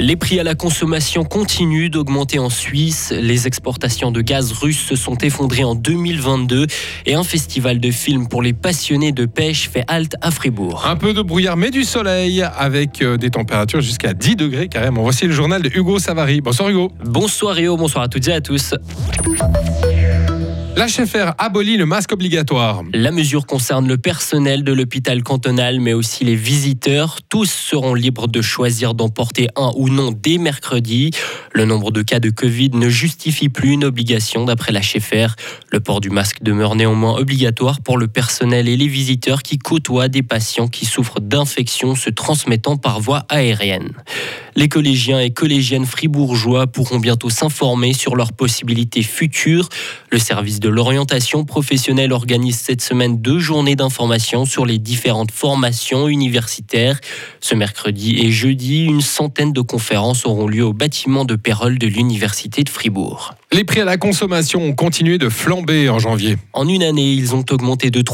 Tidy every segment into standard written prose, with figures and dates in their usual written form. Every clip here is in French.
Les prix à la consommation continuent d'augmenter en Suisse. Les exportations de gaz russe se sont effondrées en 2022 et un festival de films pour les passionnés de pêche fait halte à Fribourg. Un peu de brouillard mais du soleil avec des températures jusqu'à 10 degrés carrément. Voici le journal de Hugo Savary. Bonsoir Hugo. Bonsoir Réo, bonsoir à toutes et à tous. L'HFR abolit le masque obligatoire. La mesure concerne le personnel de l'hôpital cantonal, mais aussi les visiteurs. Tous seront libres de choisir d'en porter un ou non dès mercredi. Le nombre de cas de Covid ne justifie plus une obligation d'après l'HFR. Le port du masque demeure néanmoins obligatoire pour le personnel et les visiteurs qui côtoient des patients qui souffrent d'infections se transmettant par voie aérienne. Les collégiens et collégiennes fribourgeois pourront bientôt s'informer sur leurs possibilités futures. Le service de l'orientation professionnelle organise cette semaine 2 journées d'information sur les différentes formations universitaires. Ce mercredi et jeudi, une centaine de conférences auront lieu au bâtiment de Pérol de l'Université de Fribourg. Les prix à la consommation ont continué de flamber en janvier. En une année, ils ont augmenté de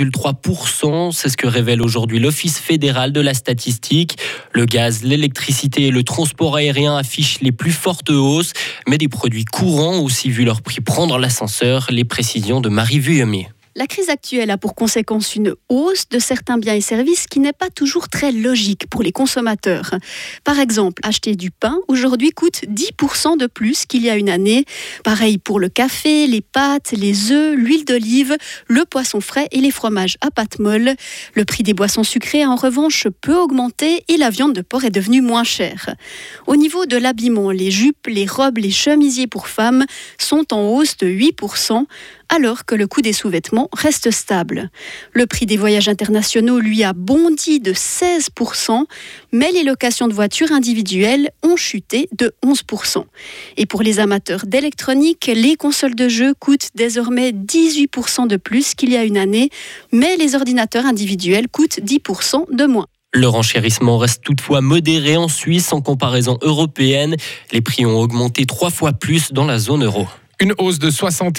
3,3%. C'est ce que révèle aujourd'hui l'Office fédéral de la statistique. Le gaz, l'électricité et le transport aérien affichent les plus fortes hausses, mais des produits courants ont aussi vu leur prix prendre l'ascenseur. Les précisions de Marie Vuillemier. La crise actuelle a pour conséquence une hausse de certains biens et services qui n'est pas toujours très logique pour les consommateurs. Par exemple, acheter du pain aujourd'hui coûte 10% de plus qu'il y a une année. Pareil pour le café, les pâtes, les œufs, l'huile d'olive, le poisson frais et les fromages à pâte molle. Le prix des boissons sucrées en revanche peut augmenter et la viande de porc est devenue moins chère. Au niveau de l'habillement, les jupes, les robes, les chemisiers pour femmes sont en hausse de 8%, alors que le coût des sous-vêtements reste stable. Le prix des voyages internationaux, lui, a bondi de 16%, mais les locations de voitures individuelles ont chuté de 11%. Et pour les amateurs d'électronique, les consoles de jeux coûtent désormais 18% de plus qu'il y a une année, mais les ordinateurs individuels coûtent 10% de moins. Le renchérissement reste toutefois modéré en Suisse en comparaison européenne. Les prix ont augmenté 3 fois plus dans la zone euro. Une hausse de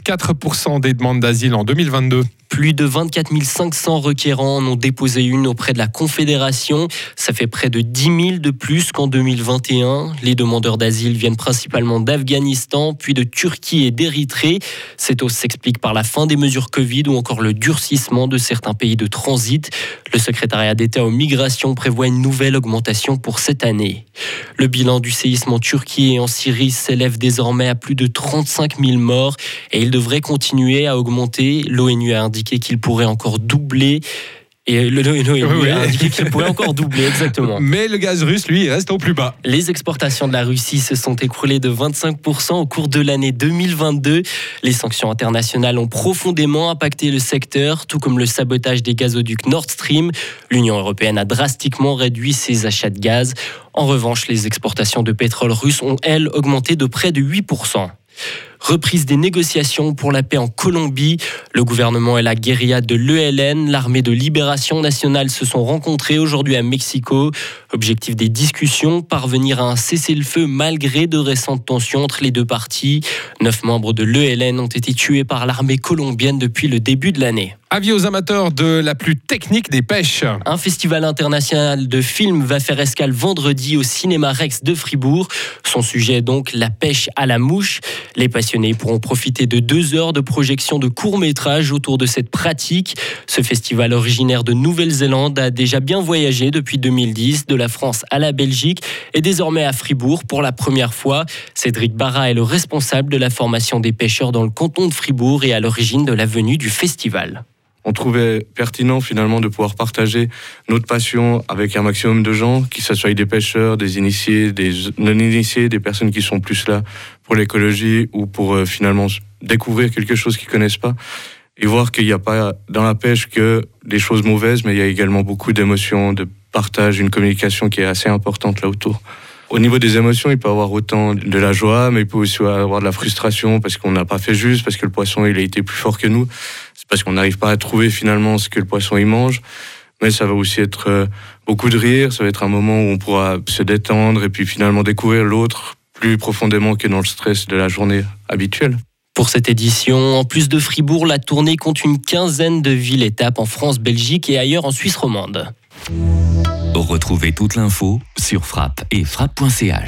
64% des demandes d'asile en 2022. Plus de 24 500 requérants en ont déposé une auprès de la Confédération. Ça fait près de 10 000 de plus qu'en 2021. Les demandeurs d'asile viennent principalement d'Afghanistan, puis de Turquie et d'Érythrée. Cette hausse s'explique par la fin des mesures Covid ou encore le durcissement de certains pays de transit. Le secrétariat d'État aux migrations prévoit une nouvelle augmentation pour cette année. Le bilan du séisme en Turquie et en Syrie s'élève désormais à plus de 35 000 morts et il devrait continuer à augmenter. L'ONU a indiqué qu'il pourrait encore doubler. Et l'ONU a indiqué qu'il pourrait encore doubler, exactement. Mais le gaz russe, lui, reste au plus bas. Les exportations de la Russie se sont écroulées de 25% au cours de l'année 2022. Les sanctions internationales ont profondément impacté le secteur, tout comme le sabotage des gazoducs Nord Stream. L'Union européenne a drastiquement réduit ses achats de gaz. En revanche, les exportations de pétrole russe ont, elles, augmenté de près de 8%. Reprise des négociations pour la paix en Colombie. Le gouvernement et la guérilla de l'ELN, l'armée de libération nationale, se sont rencontrés aujourd'hui à Mexico. Objectif des discussions, parvenir à un cessez-le-feu malgré de récentes tensions entre les deux parties. 9 membres de l'ELN ont été tués par l'armée colombienne depuis le début de l'année. Avis aux amateurs de la plus technique des pêches. Un festival international de films va faire escale vendredi au Cinéma Rex de Fribourg. Son sujet est donc la pêche à la mouche. Les passionnés pourront profiter de 2 heures de projection de courts-métrages autour de cette pratique. Ce festival originaire de Nouvelle-Zélande a déjà bien voyagé depuis 2010, de la France à la Belgique et désormais à Fribourg pour la première fois. Cédric Barra est le responsable de la formation des pêcheurs dans le canton de Fribourg et à l'origine de la venue du festival. On trouvait pertinent finalement de pouvoir partager notre passion avec un maximum de gens, que ce soit des pêcheurs, des initiés, des non-initiés, des personnes qui sont plus là pour l'écologie ou pour finalement découvrir quelque chose qu'ils ne connaissent pas et voir qu'il n'y a pas dans la pêche que des choses mauvaises, mais il y a également beaucoup d'émotions, de partage, une communication qui est assez importante là autour. Au niveau des émotions, il peut y avoir autant de la joie, mais il peut aussi avoir de la frustration parce qu'on n'a pas fait juste, parce que le poisson il a été plus fort que nous. C'est parce qu'on n'arrive pas à trouver finalement ce que le poisson il mange. Mais ça va aussi être beaucoup de rire, ça va être un moment où on pourra se détendre et puis finalement découvrir l'autre plus profondément que dans le stress de la journée habituelle. Pour cette édition, en plus de Fribourg, la tournée compte une quinzaine de villes-étapes en France, Belgique et ailleurs en Suisse romande. Retrouvez toute l'info sur frappe et frappe.ch.